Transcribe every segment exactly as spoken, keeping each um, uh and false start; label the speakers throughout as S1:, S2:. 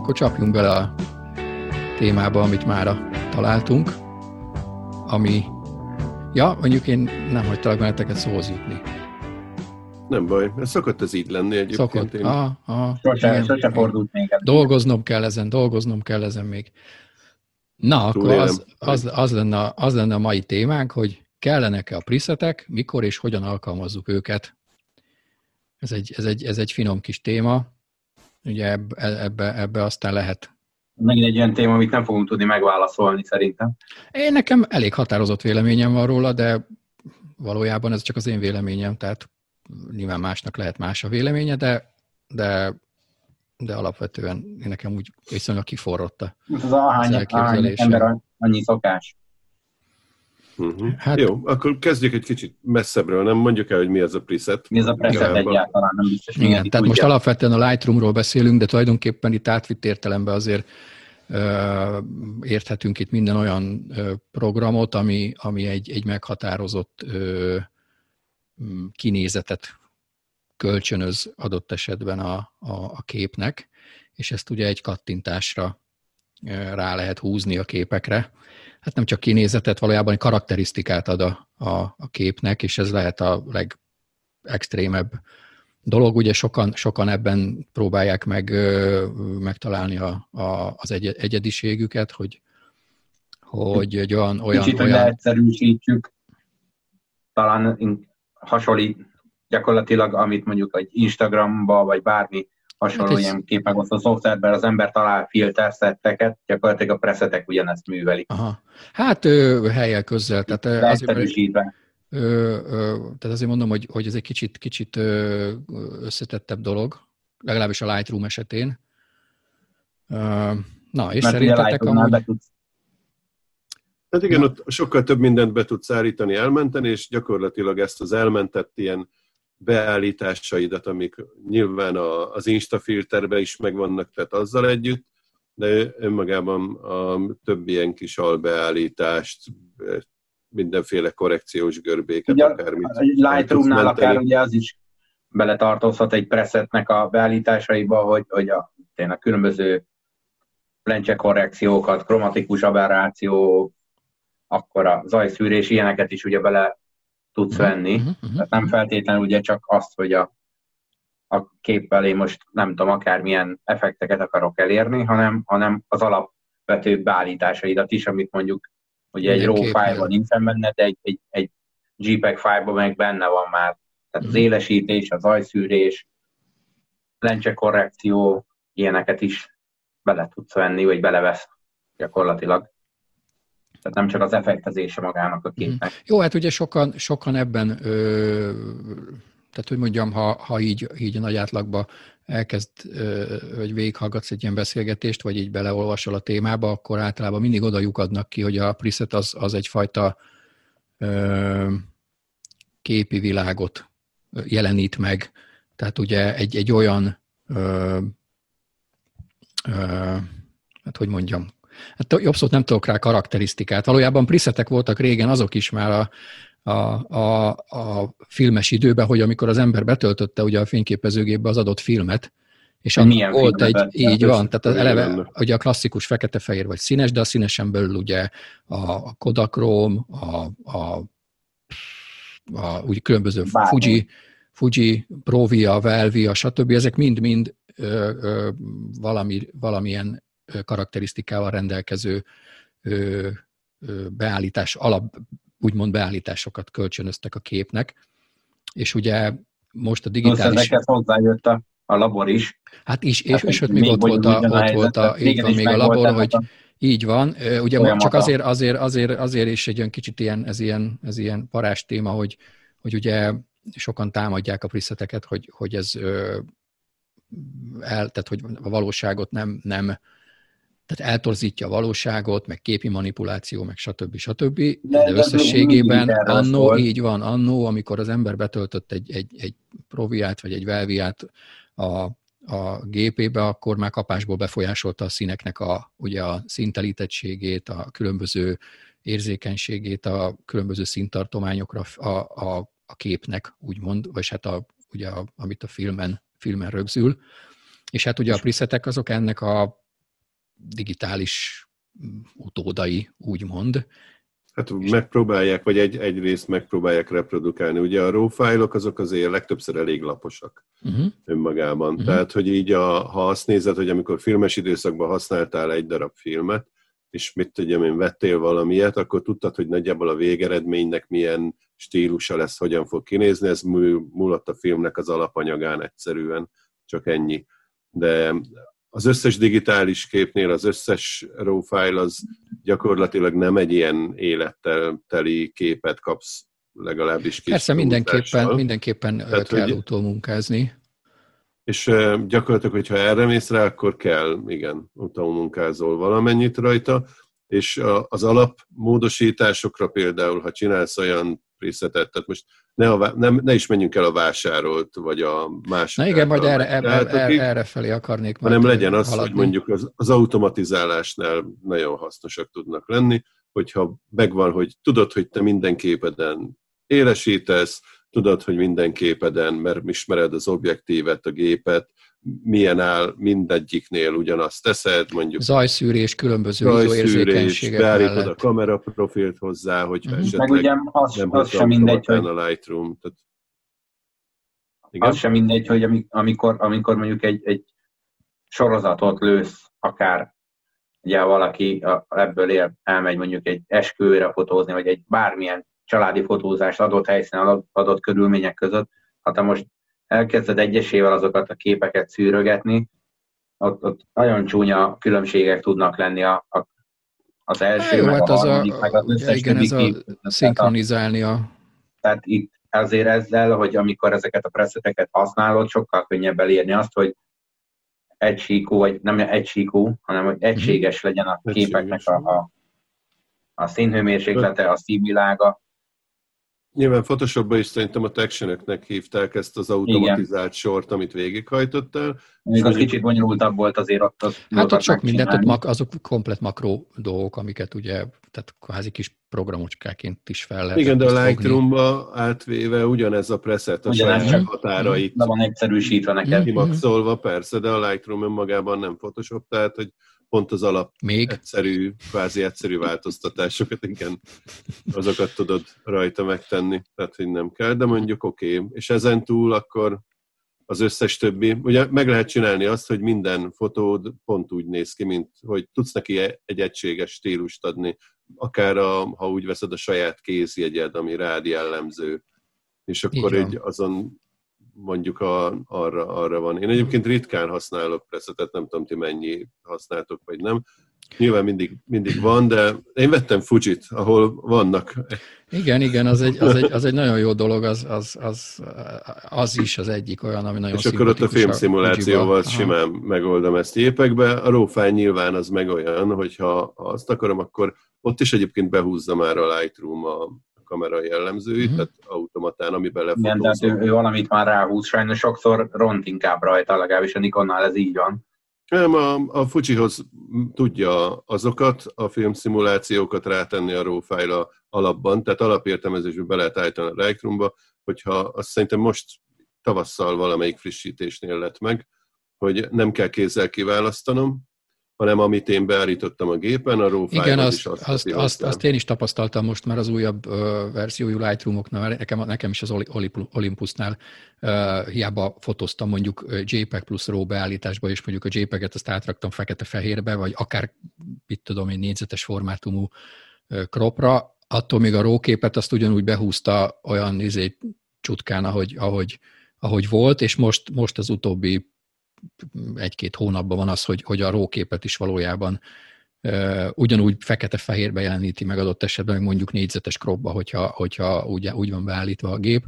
S1: akkor csapjunk bele a témába, amit mára találtunk, ami, ja, mondjuk én nem hagytalak benneteket szóhoz jutni.
S2: Nem baj, ez szokott ez így lenni egyébként.
S1: Szokott,
S2: én...
S1: ah, ah,
S3: sose, sose fordult még.
S1: Dolgoznom kell ezen, dolgoznom kell ezen még. Na, akkor az, az, az, lenne, az lenne a mai témánk, hogy kellenek-e a presetek, mikor és hogyan alkalmazzuk őket. Ez egy, ez egy, ez egy finom kis téma. Ugye ebbe, ebbe, ebbe aztán lehet...
S3: Megint egy olyan téma, amit nem fogunk tudni megválaszolni szerintem.
S1: Én nekem elég határozott véleményem van róla, de valójában ez csak az én véleményem, tehát nyilván másnak lehet más a véleménye, de, de, de alapvetően én nekem úgy viszonylag kiforrott
S3: az ahány, ahány ember annyi szokás.
S2: Uh-huh. Hát, jó, akkor kezdjük egy kicsit messzebbről, nem mondjuk el, hogy mi az a preset.
S3: Mi az a preset egyáltalán, nem biztos.
S1: Igen, tehát tudja. Most alapvetően a Lightroomról beszélünk, de tulajdonképpen itt átvitt értelemben azért ö, érthetünk itt minden olyan ö, programot, ami, ami egy, egy meghatározott ö, kinézetet kölcsönöz adott esetben a, a, a képnek, és ezt ugye egy kattintásra ö, rá lehet húzni a képekre. Hát nem csak kinézetet, valójában egy karakterisztikát ad a, a, a képnek, és ez lehet a legextrémebb dolog. Ugye sokan, sokan ebben próbálják meg ö, megtalálni a, a, az egy, egyediségüket, hogy, hogy egy olyan... olyan
S3: Kicsit,
S1: olyan...
S3: hogy leegyszerűsítjük, talán hasonlít gyakorlatilag, amit mondjuk egy Instagramba, vagy bármi hasonló hát ilyen képmegosztó szoftverben az ember talál filterszetteket, gyakorlatilag a presetek ugyanezt művelik.
S1: Aha. Hát ö, helyel közzel. Tehát,
S3: leegyszerűsítve.
S1: Ö, ö, tehát azért mondom, hogy, hogy ez egy kicsit, kicsit ö, összetettebb dolog, legalábbis a Lightroom esetén. Ö, na, és
S3: mert
S1: szerintetek amúgy...
S2: Be tudsz... Hát igen, ja. Ott sokkal több mindent be tudsz állítani, elmenteni, és gyakorlatilag ezt az elmentett ilyen beállításaidat, amik nyilván a, az Insta filterben is megvannak, tehát azzal együtt, de önmagában a több ilyen kis albeállítást, mindenféle korrekciós görbéket,
S3: ugye,
S2: akármit.
S3: A Lightroomnál akár ugye az is beletartozhat egy presetnek a beállításaiba, hogy, hogy a tényleg különböző lencse korrekciókat, kromatikus aberráció, akkor a zajszűrés, ilyeneket is ugye bele tudsz venni. Uh-huh, uh-huh. Tehát nem feltétlenül ugye csak azt, hogy a, a kép elé most nem tudom, akármilyen effekteket akarok elérni, hanem, hanem az alapvető beállításaidat is, amit mondjuk ugye egy RAW fájlban nincsen benne, de egy, egy, egy jé pé e gé fájlban meg benne van már. Tehát uh-huh. az élesítés, a zajszűrés, lencse korrekció, ilyeneket is bele tudsz venni, vagy belevesz gyakorlatilag. Tehát nem csak az effektezése magának a képnek.
S1: Mm. Jó, hát ugye sokan, sokan ebben, ö, tehát hogy mondjam, ha, ha így, így nagy átlagban elkezd, ö, hogy végighallgatsz egy ilyen beszélgetést, vagy így beleolvasol a témába, akkor általában mindig oda lyukadnak ki, hogy a preset az, az egyfajta ö, képi világot jelenít meg. Tehát ugye egy, egy olyan, ö, ö, hát hogy mondjam, hát jobb szót nem tudok rá karakterisztikát. Valójában presetek voltak régen azok is már a, a, a, a filmes időben, hogy amikor az ember betöltötte ugye a fényképezőgépbe az adott filmet, és annak volt egy, így van, tehát az eleve ugye a klasszikus fekete-fehér vagy színes, de a színesen belül ugye a Kodachrome, a, a, a úgy különböző Fuji, Fuji, Provia, Velvia, stb. Ezek mind-mind ö, ö, valami, valamilyen karakterisztikával rendelkező ö, ö, beállítás, alap, úgymond beállításokat kölcsönöztek a képnek, és ugye most a digitális...
S3: Ezeket hozzájött a, a labor is.
S1: Hát is, és, és ott még ott volt a, ott volt a, így van még a labor, hogy a... így van, ugye folyamata. Csak azért, azért, azért, azért is egy olyan kicsit ilyen, ez ilyen, ez ilyen parás téma, hogy, hogy ugye sokan támadják a preseteket, hogy, hogy ez el, tehát hogy a valóságot nem, nem tehát eltorzítja a valóságot, meg képi manipuláció, meg stb. stb. De, de összességében annó, így van, annó, amikor az ember betöltött egy, egy, egy Proviát, vagy egy Velviát a, a gépébe, akkor már kapásból befolyásolta a színeknek a, ugye a színtelítettségét, a különböző érzékenységét, a különböző színtartományokra a, a, a képnek, úgymond, vagy hát a, ugye a, amit a filmen, filmen rögzül. És hát ugye a presetek azok ennek a digitális utódai, úgymond.
S2: Hát megpróbálják, vagy egy, egy részt megpróbálják reprodukálni. Ugye a RAW fájlok azok azért legtöbbször elég laposak uh-huh. önmagában. Uh-huh. Tehát, hogy így a, ha azt nézed, hogy amikor filmes időszakban használtál egy darab filmet, és mit tudjam én, vettél valamilyet, akkor tudtad, hogy nagyjából a végeredménynek milyen stílusa lesz, hogyan fog kinézni, ez múlott a filmnek az alapanyagán egyszerűen, csak ennyi. De az összes digitális képnél az összes RAW file az gyakorlatilag nem egy ilyen élettel teli képet kapsz, legalábbis kis
S1: Persze mindenképpen, mindenképpen Tehát, kell hogy... utómunkázni.
S2: És gyakorlatilag, hogyha erre mész rá, akkor kell, igen, utómunkázol valamennyit rajta, és az alapmódosításokra például, ha csinálsz olyan presetet, tehát most ne, a, nem, ne is menjünk el a vásárolt, vagy a másik.
S1: Na igen, majd erre, erre, erre, erre felé akarnék.
S2: Hanem legyen az, haladni. Hogy mondjuk az, az automatizálásnál nagyon hasznosak tudnak lenni, hogyha megvan, hogy tudod, hogy te minden képeden élesítesz, tudod, hogy minden képeden, mert ismered az objektívet, a gépet, milyen áll, mindegyiknél ugyanazt teszed, mondjuk.
S1: Zajszűrés, különböző izóérzékenységek
S2: mellett. Beállítod a kameraprofilt hozzá, hogyha mm-hmm. esetleg
S3: meg ugye az,
S2: nem
S3: az sem mindegy, hogy
S2: a Lightroom. Tehát...
S3: Az sem mindegy, hogy amikor, amikor mondjuk egy, egy sorozatot lősz, akár ugye valaki ebből él, elmegy mondjuk egy esküvőre fotózni, vagy egy bármilyen családi fotózást adott helyszínen, adott, adott körülmények között, ha te most elkezded egyesével azokat a képeket szűrögetni, ott, ott nagyon csúnya különbségek tudnak lenni a, a, az első,
S1: jó,
S3: meg
S1: hát
S3: a
S1: az
S3: harmadik,
S1: a,
S3: meg az összes
S1: igen,
S3: többi
S1: ez
S3: kép.
S1: a szinkronizálni a...
S3: Tehát itt azért ezzel, hogy amikor ezeket a preseteket használod, sokkal könnyebb elérni azt, hogy egysíkú, vagy nem egysíkú, hanem hogy egységes legyen a képeknek a, a, a színhőmérséklete, a színvilága.
S2: Nyilván Photoshopban is szerintem a Action-öknek hívták ezt az automatizált Igen. sort, amit végighajtottál.
S3: Még az kicsit bonyolultabb volt azért ott. ott
S1: hát ott sok mindent, ott mak- azok komplet makró dolgok, amiket ugye, tehát kvázi kis programocskáként is fel lehet.
S2: Igen, de a Lightroom-ba átvéve ugyanez a preset, a saját határait.
S3: De van egyszerűsítve neked.
S2: Kimaxolva, persze, de a Lightroom önmagában nem Photoshop, tehát hogy pont az alap
S1: Még?
S2: egyszerű, kvázi egyszerű változtatásokat, igen, azokat tudod rajta megtenni, tehát hogy nem kell, de mondjuk oké. Okay. És ezen túl akkor az összes többi, ugye meg lehet csinálni azt, hogy minden fotód pont úgy néz ki, mint hogy tudsz neki egy egységes stílust adni, akár a, ha úgy veszed a saját kézjegyed, ami rád jellemző, és akkor egy azon mondjuk a, arra, arra van. Én egyébként ritkán használok presetet, nem tudom, ti mennyi használtok, vagy nem. Nyilván mindig, mindig van, de én vettem Fujit, ahol vannak.
S1: Igen, igen, az egy, az egy, az egy nagyon jó dolog, az, az, az, az is az egyik olyan, ami nagyon
S2: és akkor ott a filmszimulációval simán megoldom ezt gépekbe. A RAW file nyilván az meg olyan, hogyha azt akarom, akkor ott is egyébként behúzza már a Lightroom a kamera jellemzőit, uh-huh. tehát automatán, amiben lefotózom.
S3: Igen, tehát ő, ő valamit már ráhúz, sajnos sokszor ront inkább rajta, legalábbis a Nikonnál ez így van.
S2: Nem, a, a Fujihoz tudja azokat a filmszimulációkat rátenni a RAW file alapban, tehát alapértelmezésben be lehet állítani a Lightroomba, hogyha azt szerintem most tavasszal valamelyik frissítésnél lett meg, hogy nem kell kézzel kiválasztanom, hanem amit én beállítottam a gépen, a RAW file-ot
S1: Igen,
S2: is
S1: azt,
S2: azt,
S1: azt, azt, azt én is tapasztaltam most már az újabb uh, verziójú Lightroomoknál, nekem, nekem is az Olympusnál uh, hiába fotóztam mondjuk JPEG plusz RAW beállításba, és mondjuk a JPEG-et azt átraktam fekete-fehérbe, vagy akár, mit tudom én, négyzetes formátumú uh, cropra, attól még a RAW képet azt ugyanúgy behúzta olyan izé, csutkán, ahogy, ahogy, ahogy volt, és most, most az utóbbi egy-két hónapban van az, hogy, hogy a RAW képet is valójában uh, ugyanúgy fekete-fehérbe jeleníti meg adott esetben, meg mondjuk négyzetes cropba, hogyha, hogyha úgy, úgy van beállítva a gép.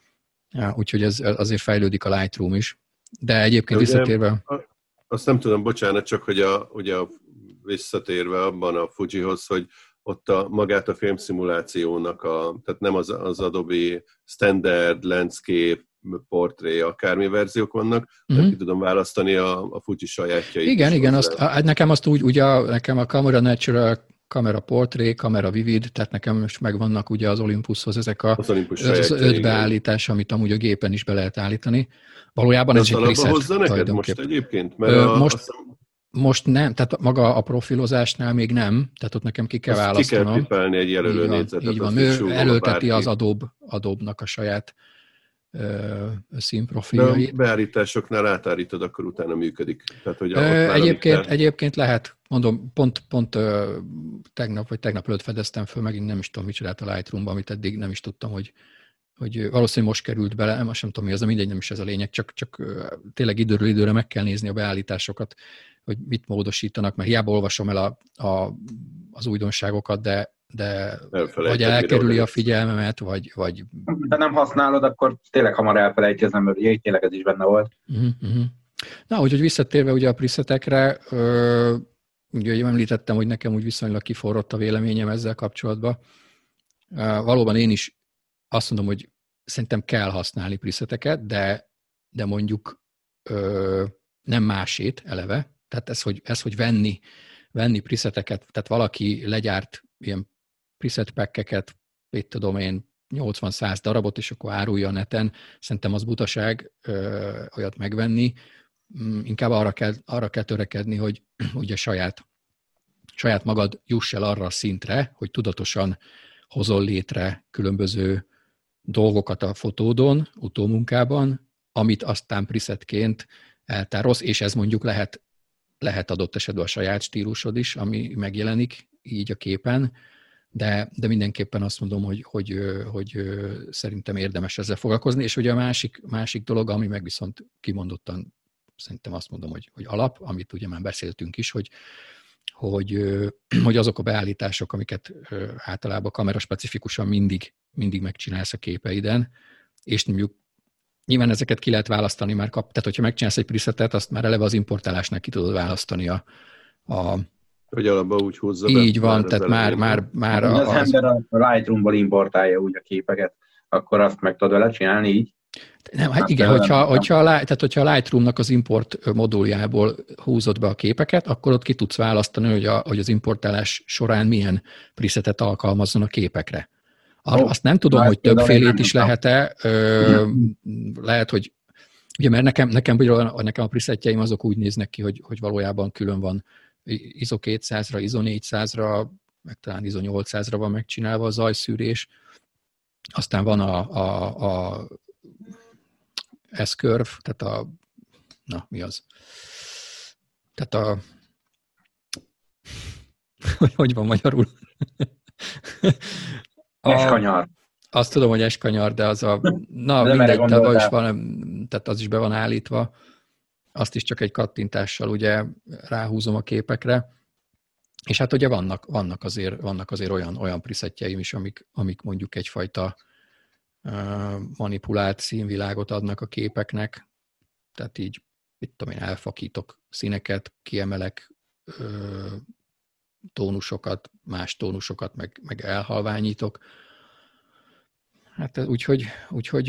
S1: Ja, úgyhogy ez azért fejlődik a Lightroom is. De egyébként
S2: ugye,
S1: visszatérve...
S2: Azt nem tudom, bocsánat, csak hogy a, ugye a, visszatérve abban a Fujihoz, hogy ott a, magát a filmszimulációnak, a, tehát nem az, az Adobe Standard, Landscape, portré, akármi verziók vannak, uh-huh. tehát ki tudom választani a, a Fuji sajátjait.
S1: Igen, igen, azt, a, nekem azt úgy, ugye nekem a Camera Natural, Camera Portrait, Camera Vivid, tehát nekem most megvannak ugye az Olympushoz ezek a, az, Olympus az öt beállítás, amit amúgy a gépen is be lehet állítani. Valójában
S2: de
S1: ez egy preset
S2: hozza neked most egyébként? Mert Ö, a,
S1: most,
S2: azt
S1: most nem, tehát maga a profilozásnál még nem, tehát ott nekem ki kell
S2: azt
S1: választanom.
S2: Ki kell pipálni egy jelölő
S1: így van,
S2: négyzetet.
S1: Így van, ő előteti az Adobe, Adobe-nak a saját ö, színprofiljait.
S2: De a beállításoknál átállítod, akkor utána működik. Tehát, hogy
S1: ö, egyébként, egyébként lehet, mondom, pont, pont ö, tegnap vagy tegnap előtt fedeztem föl, megint nem is tudom, micsodát a Lightroom-ba, amit eddig nem is tudtam, hogy hogy valószínűleg most került bele, most nem tudom mi az, mindegy, nem is ez a lényeg, csak, csak tényleg időről időre meg kell nézni a beállításokat, hogy mit módosítanak, mert hiába olvasom el a, a, az újdonságokat, de, de vagy elkerüli a figyelmemet, vagy, vagy...
S3: De nem használod, akkor tényleg hamar elfelejti az ember, hogy tényleg ez is benne volt.
S1: Uh-huh, uh-huh. Na, úgyhogy visszatérve ugye a presetekre, ö, ugye említettem, hogy nekem úgy viszonylag kiforrott a véleményem ezzel kapcsolatban. Ö, valóban én is azt mondom, hogy szerintem kell használni preseteket, de, de mondjuk ö, nem másét eleve. Tehát ez, hogy, ez, hogy venni, venni preseteket, tehát valaki legyárt ilyen preset packeket, mit tudom én, nyolcvan-száz darabot, és akkor árulja a neten, szerintem az butaság ö, olyat megvenni. Inkább arra kell, arra kell törekedni, hogy ugye saját, saját magad juss el arra a szintre, hogy tudatosan hozol létre különböző dolgokat a fotódon, utómunkában, amit aztán presetként eltárolsz, és ez mondjuk lehet, lehet adott esetben a saját stílusod is, ami megjelenik így a képen, de, de mindenképpen azt mondom, hogy, hogy, hogy, hogy szerintem érdemes ezzel foglalkozni, és ugye a másik, másik dolog, ami meg viszont kimondottan szerintem azt mondom, hogy, hogy alap, amit ugye már beszéltünk is, hogy Hogy, hogy azok a beállítások, amiket általában kameraspecifikusan mindig, mindig megcsinálsz a képeiden, és mondjuk nyilván ezeket ki lehet választani már kap, tehát hogyha megcsinálsz egy presetet, azt már eleve az importálásnál ki tudod választani a... a
S2: hogy alapban úgy húzza
S1: így be, van, tehát már... már, már
S3: az, az ember a Lightroom-ból importálja úgy a képeket, akkor azt meg tudod vele csinálni így?
S1: Nem, hát igen, hogyha, hogyha, a, tehát hogyha a Lightroom-nak az import moduljából húzod be a képeket, akkor ott ki tudsz választani, hogy, a, hogy az importálás során milyen presetet alkalmazzon a képekre. Ar, oh, azt nem tudom, hogy többfélét is lehet-e. Ö, lehet, hogy ugye, mert nekem, nekem, nekem a presetjeim azok úgy néznek ki, hogy, hogy valójában külön van I S O kétszázra, I S O négyszázra, meg talán I S O nyolcszázra van megcsinálva a zajszűrés. Aztán van a, a, a S-curve, tehát a, na, mi az? Tehát a, hogy, hogy van magyarul?
S3: S-kanyar.
S1: Azt tudom, hogy S-kanyar, de az a, na de mindegy, de is van, tehát az is be van állítva. Azt is csak egy kattintással ugye ráhúzom a képekre. És hát ugye vannak, vannak azért, vannak azért olyan, olyan presetjeim is, amik, amik mondjuk egyfajta manipulált színvilágot adnak a képeknek, tehát így, mit tudom én, elfakítok színeket, kiemelek ö, tónusokat, más tónusokat, meg, meg elhalványítok. Hát úgyhogy, úgyhogy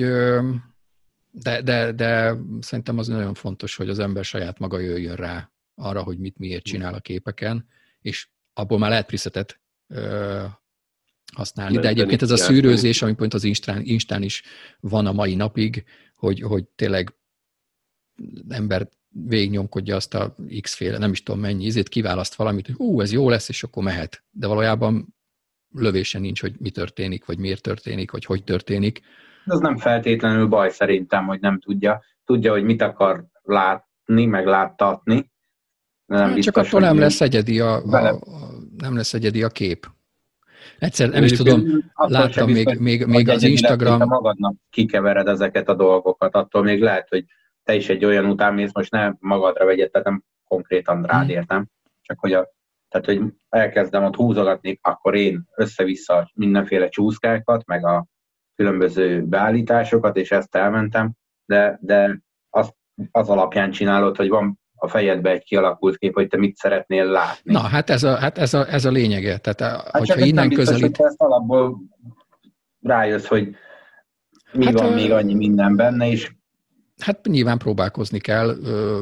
S1: de, de, de szerintem az nagyon fontos, hogy az ember saját maga jöjjön rá arra, hogy mit miért csinál a képeken, és abból már lehet presetet ö, használni. De egyébként ez a szűrőzés, ami pont az Instán, Instán is van a mai napig, hogy, hogy tényleg ember végignyomkodja azt a X-féle, nem is tudom mennyi ízét, kiválaszt valamit, hogy hú, ez jó lesz, és akkor mehet. De valójában lövése nincs, hogy mi történik, vagy miért történik, vagy hogy történik.
S3: Ez nem feltétlenül baj szerintem, hogy nem tudja. Tudja, hogy mit akar látni, meg láttatni.
S1: Nem hát biztos, csak attól nem lesz egyedi a, a, a, nem lesz egyedi a kép. Egyszer nem is tudom, láttam még, még, még az Instagram...
S3: Te magadnak kikevered ezeket a dolgokat, attól még lehet, hogy te is egy olyan után mész, most nem magadra vegyed, tehát nem konkrétan rád hmm. értem, csak hogy, a, tehát, hogy elkezdem ott húzogatni, akkor én össze-vissza mindenféle csúszkákat, meg a különböző beállításokat, és ezt elmentem, de, de az, az alapján csinálod, hogy van a fejedbe egy kialakult kép, hogy te mit szeretnél látni.
S1: Na, hát ez a, hát ez a, ez a lényege. Tehát,
S3: hát
S1: hogyha innen
S3: biztos,
S1: közelít...
S3: hogy ezt alapból rájössz, hogy mi hát, van ö... még annyi minden benne, és
S1: hát nyilván próbálkozni kell. Ö,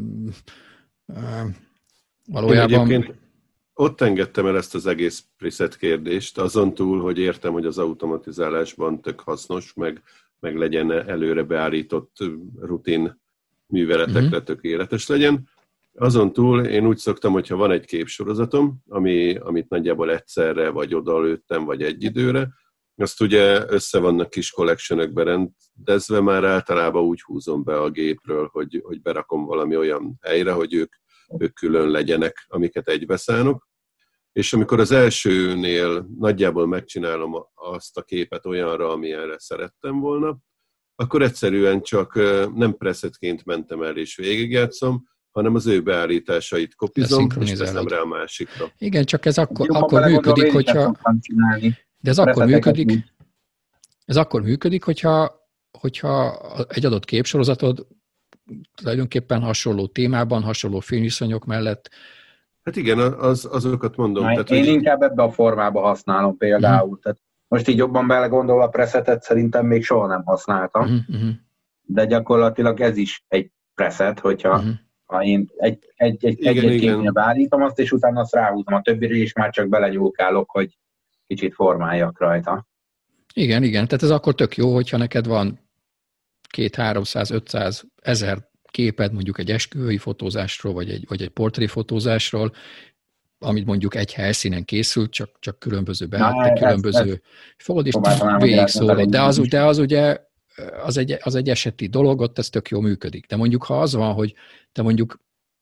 S1: ö, valójában...
S2: Én egyébként ott engedtem el ezt az egész preset kérdést, azon túl, hogy értem, hogy az automatizálásban tök hasznos, meg, meg legyen előre beállított rutin műveletekre uh-huh. tökéletes legyen. Azon túl én úgy szoktam, hogyha van egy képsorozatom, ami, amit nagyjából egyszerre, vagy odalőttem, vagy egy időre, azt ugye össze vannak kis collectionökbe rendezve, már általában úgy húzom be a gépről, hogy, hogy berakom valami olyan helyre, hogy ők, ők külön legyenek, amiket egybe szánok. És amikor az elsőnél nagyjából megcsinálom azt a képet olyanra, amilyenre szerettem volna, akkor egyszerűen csak nem presetként mentem el és végigjátszom, hanem az ő beállításait kopizom, és teszem rá a másikra.
S1: Igen, csak ez akkor, akkor működik, hogyha... De ez akkor működik, ez akkor működik, hogyha, hogyha egy adott képsorozatod tulajdonképpen hasonló témában, hasonló filmviszonyok mellett.
S2: Hát igen, az, azokat mondom.
S3: Na,
S2: tehát,
S3: én
S2: hogy...
S3: inkább ebbe a formába használom például. Uh-huh. Tehát most így jobban belegondolva a presetet szerintem még soha nem használtam, uh-huh. de gyakorlatilag ez is egy preset, hogyha uh-huh. ha én egy, egy, egy, igen, egy képnél beállítom azt, és utána azt ráhúzom a többire, és már csak belenyúlkálok, hogy kicsit formáljak rajta.
S1: Igen, igen, tehát ez akkor tök jó, hogyha neked van két, háromszáz, ötszáz, ezer képed mondjuk egy esküvői fotózásról, vagy egy, vagy egy portréfotózásról, amit mondjuk egy helyszínen készült, csak, csak különböző beállított, különböző fogod, és végigszólod. De az, de az ugye az egy, az egy eseti dolog, ott ez tök jó működik. De mondjuk, ha az van, hogy te mondjuk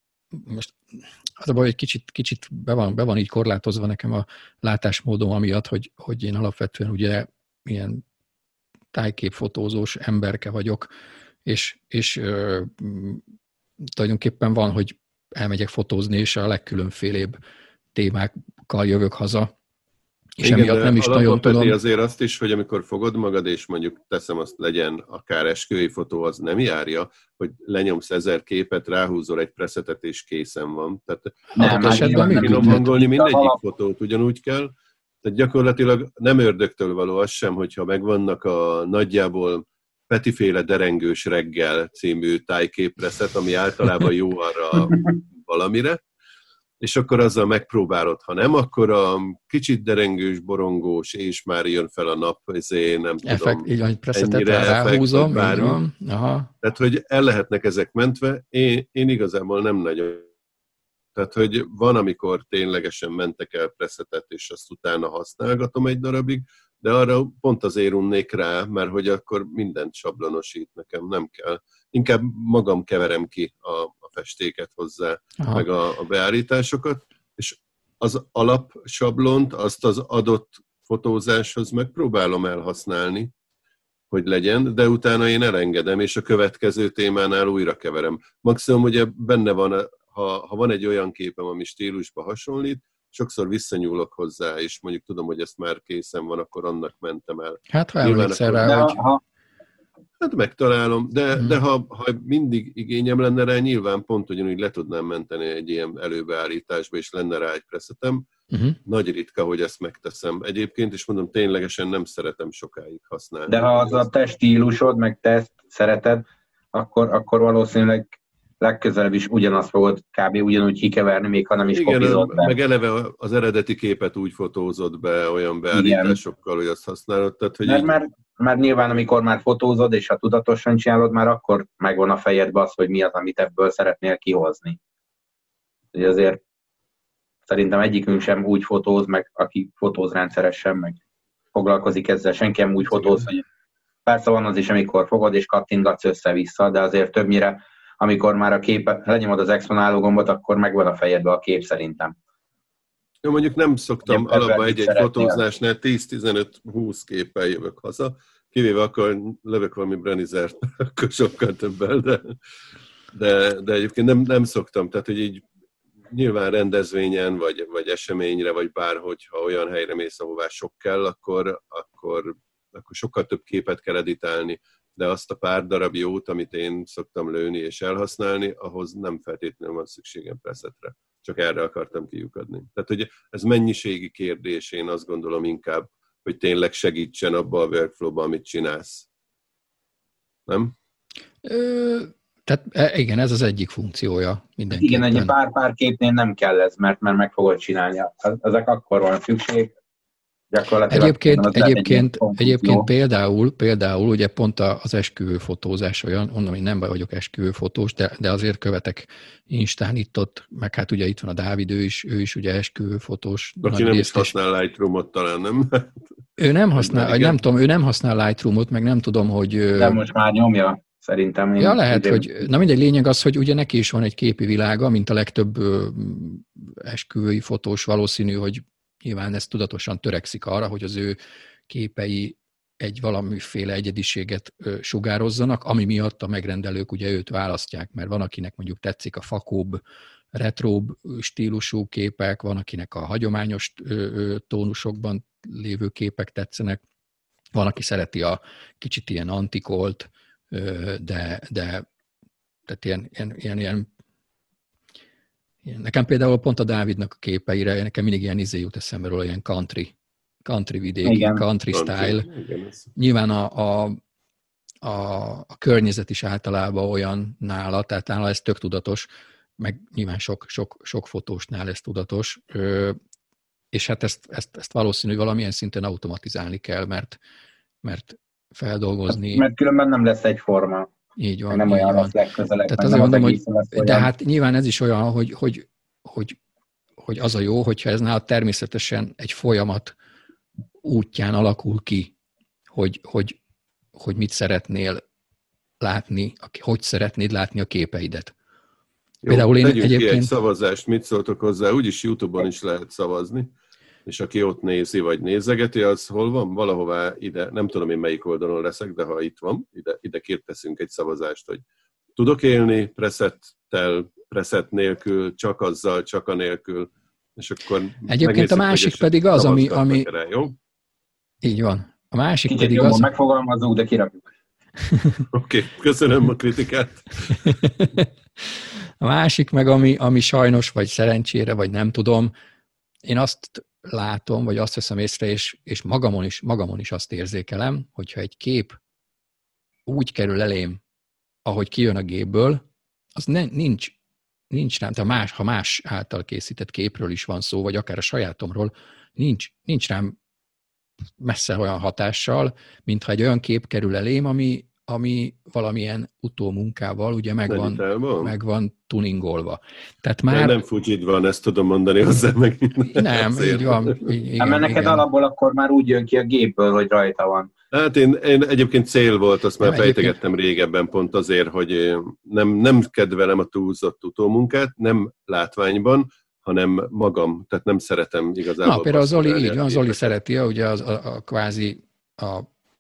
S1: most az a baj, hogy kicsit, kicsit be, van, be van így korlátozva nekem a látásmódom amiatt, hogy, hogy én alapvetően ugye ilyen tájképfotózós emberke vagyok, és, és ö, tulajdonképpen van, hogy elmegyek fotózni, és a legkülönfélébb témákkal jövök haza, és
S2: igen,
S1: emiatt nem is nagyon tudom.
S2: Azért azt is, hogy amikor fogod magad, és mondjuk teszem azt legyen akár esküvői fotó, az nem járja, hogy lenyomsz ezer képet, ráhúzol egy presetet, és készen van. Tehát
S1: nem, esetben
S2: finom hangolni mindegyik fotót ugyanúgy kell. Tehát gyakorlatilag nem ördögtől való az sem, hogyha megvannak a nagyjából Petiféle derengős reggel című tájképreset, ami általában jó arra valamire, és akkor azzal megpróbálod. Ha nem, akkor a kicsit derengős, borongós, és már jön fel a nap, ezért nem
S1: Effekt,
S2: tudom,
S1: így van, presetet ráhúzom, így van. Aha.
S2: Tehát, hogy el lehetnek ezek mentve, én, én igazából nem nagyon. Tehát, hogy van, amikor ténylegesen mentek el presetet, és azt utána használgatom egy darabig, de arra pont azért unnék rá, mert hogy akkor mindent sablonosít nekem, nem kell. Inkább magam keverem ki a, a festéket hozzá, aha, meg a, a beállításokat, és az alapsablont, azt az adott fotózáshoz megpróbálom elhasználni, hogy legyen, de utána én elengedem, és a következő témánál újra keverem. Maximum ugye benne van, ha, ha van egy olyan képem, ami stílusba hasonlít, sokszor visszanyúlok hozzá, és mondjuk tudom, hogy ezt már készen van, akkor annak mentem el.
S1: Hát ha emlékszel rá, hogy...
S2: Hát megtalálom, de, hmm. de ha, ha mindig igényem lenne rá, nyilván pont ugyanúgy le tudnám menteni egy ilyen előbeállításba, és lenne rá egy presetem. Uh-huh. Nagy ritka, hogy ezt megteszem. Egyébként is mondom, ténylegesen nem szeretem sokáig használni.
S3: De ha az a te stílusod, meg te szereted, akkor, akkor valószínűleg legközelebb is ugyanazt fogod kb. Ugyanúgy kikeverni, még ha nem is kopizod be.
S2: Meg eleve az eredeti képet úgy fotózod be olyan beállításokkal, hogy azt használod. Tehát, hogy
S3: mert,
S2: így...
S3: mert, mert nyilván, amikor már fotózod, és ha tudatosan csinálod, már akkor megvan a fejedbe az, hogy mi az, amit ebből szeretnél kihozni. Ugye azért szerintem egyikünk sem úgy fotóz, meg aki fotóz rendszeresen, meg foglalkozik ezzel, senki nem úgy fotóz, hogy persze van az is, amikor fogod és kattingatsz össze-vissza, de azért többnyire amikor már a képet, lenyomod az exponáló gombot, akkor megvan a fejedbe a kép szerintem.
S2: Jó, mondjuk nem szoktam alapban egy-egy fotózásnál tíz-tizenöt-húsz képpel jövök haza, kivéve akkor lövök valami Brenizert, akkor sokkal többel, de, de, de egyébként nem, nem szoktam, tehát hogy így nyilván rendezvényen, vagy, vagy eseményre, vagy bárhogy, ha olyan helyre mész, ahová sok kell, akkor, akkor, akkor sokkal több képet kell editálni, de azt a pár darab jót, amit én szoktam lőni és elhasználni, ahhoz nem feltétlenül van szükségem presetre. Csak erre akartam kiukadni. Tehát, hogy ez mennyiségi kérdés, én azt gondolom inkább, hogy tényleg segítsen abba a workflow-ba, amit csinálsz. Nem?
S1: Ö, tehát igen, ez az egyik funkciója mindenképpen.
S3: Igen, egy pár-pár képnél nem kell ez, mert, mert meg fogod csinálni. Ezek akkor van szükség.
S1: Egyébként, egyébként, egyébként például, például ugye pont az esküvőfotózás olyan, mondom, én nem vagyok esküvőfotós, de, de azért követek Instán itt-ott, meg hát ugye itt van a Dávid, ő is, ő is ugye esküvőfotós.
S2: Aki nem is használ Lightroom-ot talán, nem?
S1: Ő nem használ, nem tudom, ő nem használ Lightroom-ot, meg nem tudom, hogy...
S3: De most már nyomja, szerintem.
S1: Ja, lehet, hogy... Na mindegy, lényeg az, hogy ugye neki is van egy képi világa, mint a legtöbb esküvői fotós, valószínű, hogy nyilván ez tudatosan törekszik arra, hogy az ő képei egy valamiféle egyediséget sugározzanak, ami miatt a megrendelők ugye őt választják, mert van, akinek mondjuk tetszik a fakóbb, retróbb stílusú képek, van, akinek a hagyományos tónusokban lévő képek tetszenek, van, aki szereti a kicsit ilyen antikolt, de, de tehát ilyen, ilyen, ilyen, ilyen nekem például pont a Dávidnak a képeire, nekem mindig ilyen izé jut eszembe róla, ilyen country, country vidék, igen. country style. Igen. Nyilván a, a, a, a környezet is általában olyan nála, tehát nála ez tök tudatos, meg nyilván sok, sok, sok fotósnál ez tudatos, és hát ezt, ezt, ezt valószínű valamilyen szinten automatizálni kell, mert, mert feldolgozni...
S3: Mert különben nem lesz egyforma.
S1: Így van.
S3: Nem
S1: így
S3: olyan
S1: van.
S3: lesz legközelebb.
S1: Tehát azért mondom, hogy, de hát nyilván ez is olyan, hogy, hogy, hogy, hogy az a jó, hogyha ez nála természetesen egy folyamat útján alakul ki, hogy, hogy, hogy mit szeretnél látni, hogy szeretnéd látni a képeidet.
S2: Jó, például én egyébként... ki egy szavazást, mit szóltok hozzá, úgyis YouTube-on is lehet szavazni, és aki ott nézi, vagy nézegeti, az hol van? Valahová ide, nem tudom én melyik oldalon leszek, de ha itt van, ide, ide kérteszünk egy szavazást, hogy tudok élni presettel, preset nélkül, csak azzal, csak anélkül, és akkor
S1: egyébként a másik pedig az, ami... ami...
S2: Rá, jó?
S1: Így van. A másik
S3: Kicsit
S1: pedig az...
S3: megfogalmazunk, de kirakjuk.
S2: Oké, okay, köszönöm a kritikát.
S1: A másik meg, ami, ami sajnos, vagy szerencsére, vagy nem tudom, én azt látom, vagy azt veszem észre, és, és magamon, is, magamon is azt érzékelem, hogyha egy kép úgy kerül elém, ahogy kijön a gépből, az ne, nincs, nincs rám, tehát más, ha más által készített képről is van szó, vagy akár a sajátomról, nincs, nincs rám messze olyan hatással, mintha egy olyan kép kerül elém, ami, ami valamilyen utómunkával ugye meg van, meg van tuningolva. Tehát már...
S2: Nem Fujid van, ezt tudom mondani hozzá meg.
S1: Nem, így van. Igen,
S3: hát neked alapból akkor már úgy jön ki a gépből, hogy rajta van.
S2: Hát én, én egyébként cél volt, azt már nem, fejtegettem egyébként... régebben pont azért, hogy nem, nem kedvelem a túlzott utómunkát, nem látványban, hanem magam, tehát nem szeretem igazából.
S1: Na, például az Zoli, így van, Zoli szereti, ugye az a, a kvázi a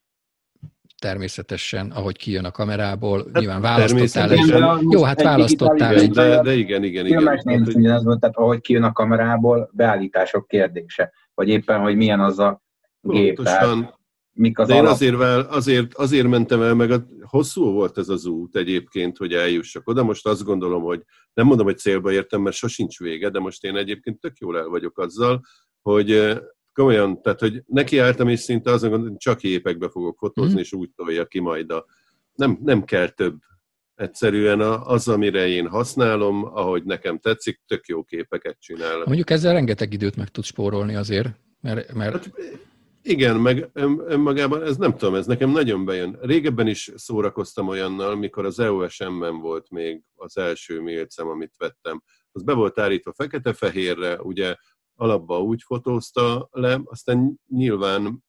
S1: természetesen, ahogy kijön a kamerából, hát nyilván választottál egy... Jó, hát választottál egy...
S2: De, de igen, igen, igen.
S3: Filmesnél is ugyanaz volt, tehát ahogy kijön a kamerából, beállítások kérdése, vagy éppen, hogy milyen az a gép.
S2: Pontosan.
S3: Mik az
S2: de én
S3: alap...
S2: azért, azért, azért mentem el, meg a, hosszú volt ez az út egyébként, hogy eljussak oda. Most azt gondolom, hogy nem mondom, hogy célba értem, mert sosincs vége, de most én egyébként tök jól el vagyok azzal, hogy komolyan, tehát, hogy nekiálltam, és szinte azon gondolom, hogy csak képekbe fogok fotózni, mm. és úgy tolja ki majd a... Nem, nem kell több. Egyszerűen az, amire én használom, ahogy nekem tetszik, tök jó képeket csinálok.
S1: Mondjuk ezzel rengeteg időt meg tudsz spórolni azért, mert... mert...
S2: Hát, igen, meg önmagában, ez nem tudom, ez nekem nagyon bejön. Régebben is szórakoztam olyannal, mikor az E O S M-ben volt még az első mélcem, amit vettem. Az be volt állítva fekete-fehérre, ugye alapban úgy fotózta le, aztán nyilván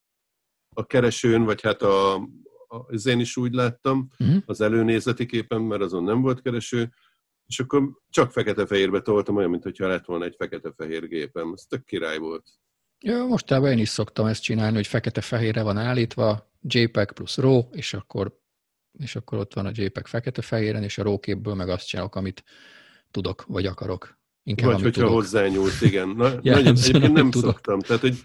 S2: a keresőn, vagy hát a, a, az én is úgy láttam, uh-huh. az előnézeti képen, mert azon nem volt kereső, és akkor csak fekete-fehérbe toltam, olyan, mintha lett volna egy fekete-fehér gépem. Ez tök király volt.
S1: Ja, mostában én is szoktam ezt csinálni, hogy fekete-fehérre van állítva, JPEG plusz RAW, és akkor, és akkor ott van a JPEG fekete-fehéren, és a RAW képből meg azt csinálok, amit tudok, vagy akarok. Inkább,
S2: vagy hogyha
S1: tudok.
S2: hozzányúlsz, igen. Na, nagyon, egyébként nem tudok. Szoktam. Tehát, hogy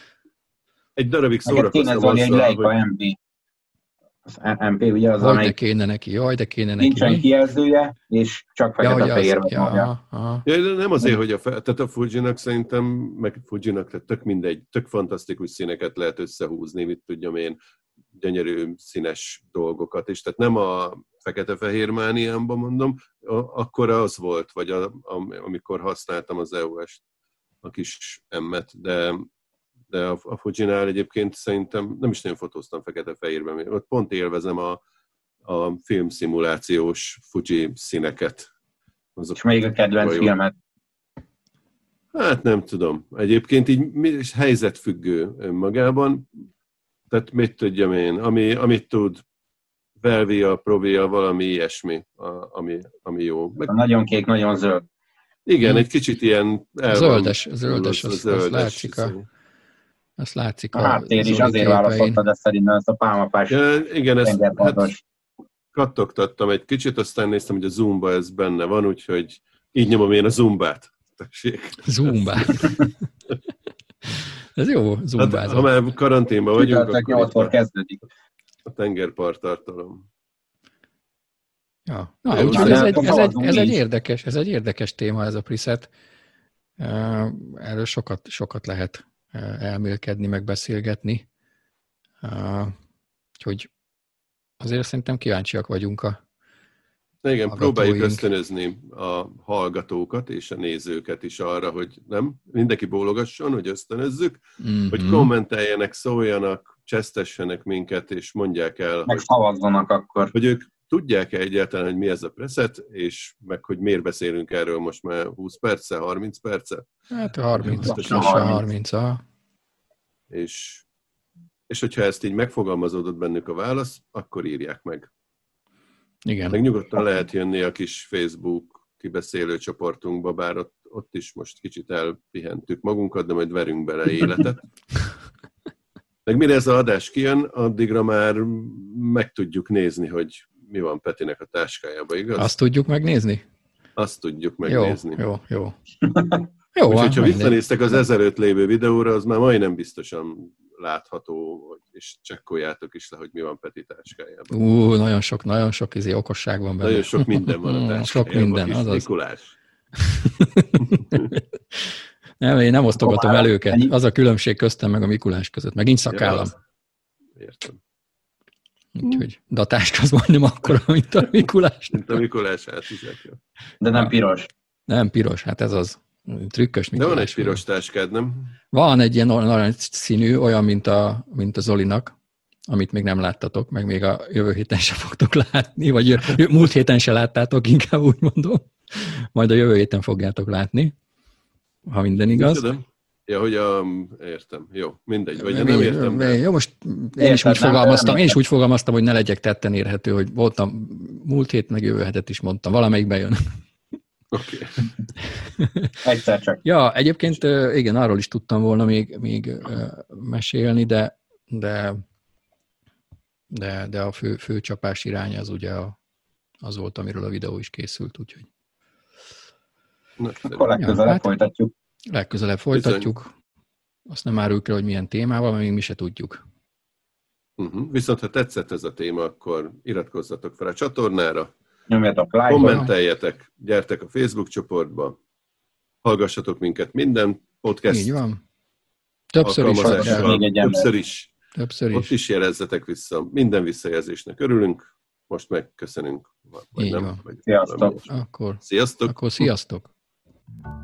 S2: egy darabig szórakoztam azzal,
S3: egy Leica hogy... em pé. Az em pé ugye az,
S1: jaj, amelyik... de kéne neki, jaj, de kéne neki.
S3: Nincsen kijelzője, és csak fekete-fehérben
S1: ja, ja, ja.
S2: ja, nem azért, hogy a, fe... tehát a Fujinak szerintem, meg Fujinak, tehát tök mindegy, tök fantasztikus színeket lehet összehúzni, mit tudjam én, gyönyörű színes dolgokat, és tehát nem a fekete-fehér mániámban mondom, a, akkor az volt, vagy a, a, amikor használtam az E O S-t, a kis M-et, de de a, a Fujinál egyébként szerintem nem is nagyon fotóztam fekete-fehérben. Ott pont élvezem a, a filmszimulációs Fuji színeket.
S3: Azok és még a kedvenc filmet?
S2: Hát nem tudom. Egyébként így helyzetfüggő önmagában. Tehát mit tudjam én, ami, amit tud Velvia, Provia, valami ilyesmi, a, ami, ami jó.
S3: Meg... Nagyon kék, nagyon zöld.
S2: Igen, hmm. egy kicsit ilyen...
S1: Zöldes, zöldes, az, az látszik a... Azt látszik
S3: a, a háttér is azért választottad ezt szerintem ezt a pálmapás.
S2: Ja, igen, ezt hát, kattogtattam egy kicsit, aztán néztem, hogy a Zoomba ez benne van, úgyhogy így nyomom én a Zumbát.
S1: Zumbát. Ez jó, Zumbát. Hát,
S2: ha már karanténban vagyunk,
S3: akkor kezdődik.
S2: A tengerparttartalom.
S1: Ja, na, úgyhogy ez egy, ez, egy, ez, egy érdekes, ez egy érdekes téma, ez a preset. Erről sokat, sokat lehet elmélkedni, meg beszélgetni. Úgyhogy azért szerintem kíváncsiak vagyunk a
S2: Igen, próbáljuk ösztönözni a hallgatókat és a nézőket is arra, hogy nem, mindenki bólogasson, hogy ösztönözzük, mm-hmm. hogy kommenteljenek, szóljanak, csesztessenek minket, és mondják el,
S3: meg szavazzanak akkor.
S2: Hogy ők tudják-e egyáltalán, hogy mi ez a preset, és meg hogy miért beszélünk erről most már húsz perce, harminc perce?
S1: Hát harminc, harminc.
S2: És, és hogyha ezt így megfogalmazódott bennük a válasz, akkor írják meg.
S1: Igen.
S2: Meg nyugodtan lehet jönni a kis Facebook kibeszélő csoportunkba, bár ott, ott is most kicsit elpihentük magunkat, de majd verünk bele életet. Meg mire ez az adás kijön, addigra már meg tudjuk nézni, hogy mi van Petinek a táskájába, igaz?
S1: Azt tudjuk megnézni?
S2: Azt tudjuk megnézni.
S1: Jó, jó, jó. Jó,
S2: úgyhogy, ha visszanéztek az ezelőtt lévő videóra, az már majdnem biztosan látható, és csekkoljátok is le, hogy mi van Peti táskájában.
S1: Ú, nagyon sok, nagyon sok izé okosság van benne.
S2: Nagyon sok minden van a táskájában.
S1: Sok minden,
S2: az
S1: azaz.
S2: Mikulás.
S1: Nem, én nem osztogatom el őket. Az a különbség köztem meg a Mikulás között. Megint szakállam.
S2: Ja, értem.
S1: Úgyhogy, de a táska az majdnem akkora, mint a Mikulás.
S2: Mint a Mikulás, hát is.
S3: De nem piros.
S1: Nem piros, hát ez az. Trükkös Mikulás.
S2: De van egy piros táskád, nem?
S1: Van egy ilyen narancs színű, olyan, mint a, mint a Zolinak, amit még nem láttatok, meg még a jövő héten se fogtok látni, vagy múlt héten se láttátok, inkább úgy mondom. Majd a jövő héten fogjátok látni, ha minden igaz.
S2: Tudom. Ja, hogy a... értem. Jó, mindegy. Vagy nem értem.
S1: Nem. Jó, most én is, úgy fogalmaztam, én is úgy fogalmaztam, hogy ne legyek tetten érhető, hogy voltam múlt hét, meg jövő hetet is mondtam. Valamelyik bejön.
S2: Oké.
S3: Okay. Egyszer csak.
S1: Ja, egyébként igen, arról is tudtam volna még, még mesélni, de, de, de, de a fő, fő csapás irány az ugye a, az volt, amiről a videó is készült, úgyhogy.
S3: Akkor legközelebb ja, hát folytatjuk.
S1: Legközelebb folytatjuk. Bizony. Azt nem áruljuk el, hogy milyen témával, mert még mi se tudjuk.
S2: Uh-huh. Viszont ha tetszett ez a téma, akkor iratkozzatok fel a csatornára,
S3: nyomjatok like-ot,
S2: kommenteljetek, gyertek a Facebook csoportba, hallgassatok minket minden podcast.
S1: Így van. Többször is.
S2: Többször is.
S1: Többször is.
S2: Ott is jelezzetek vissza. Minden visszajelzésnek örülünk. Most megköszönünk.
S1: Így
S2: nem,
S1: van.
S2: vagy
S3: sziasztok.
S1: Akkor,
S2: sziasztok.
S1: Akkor sziasztok.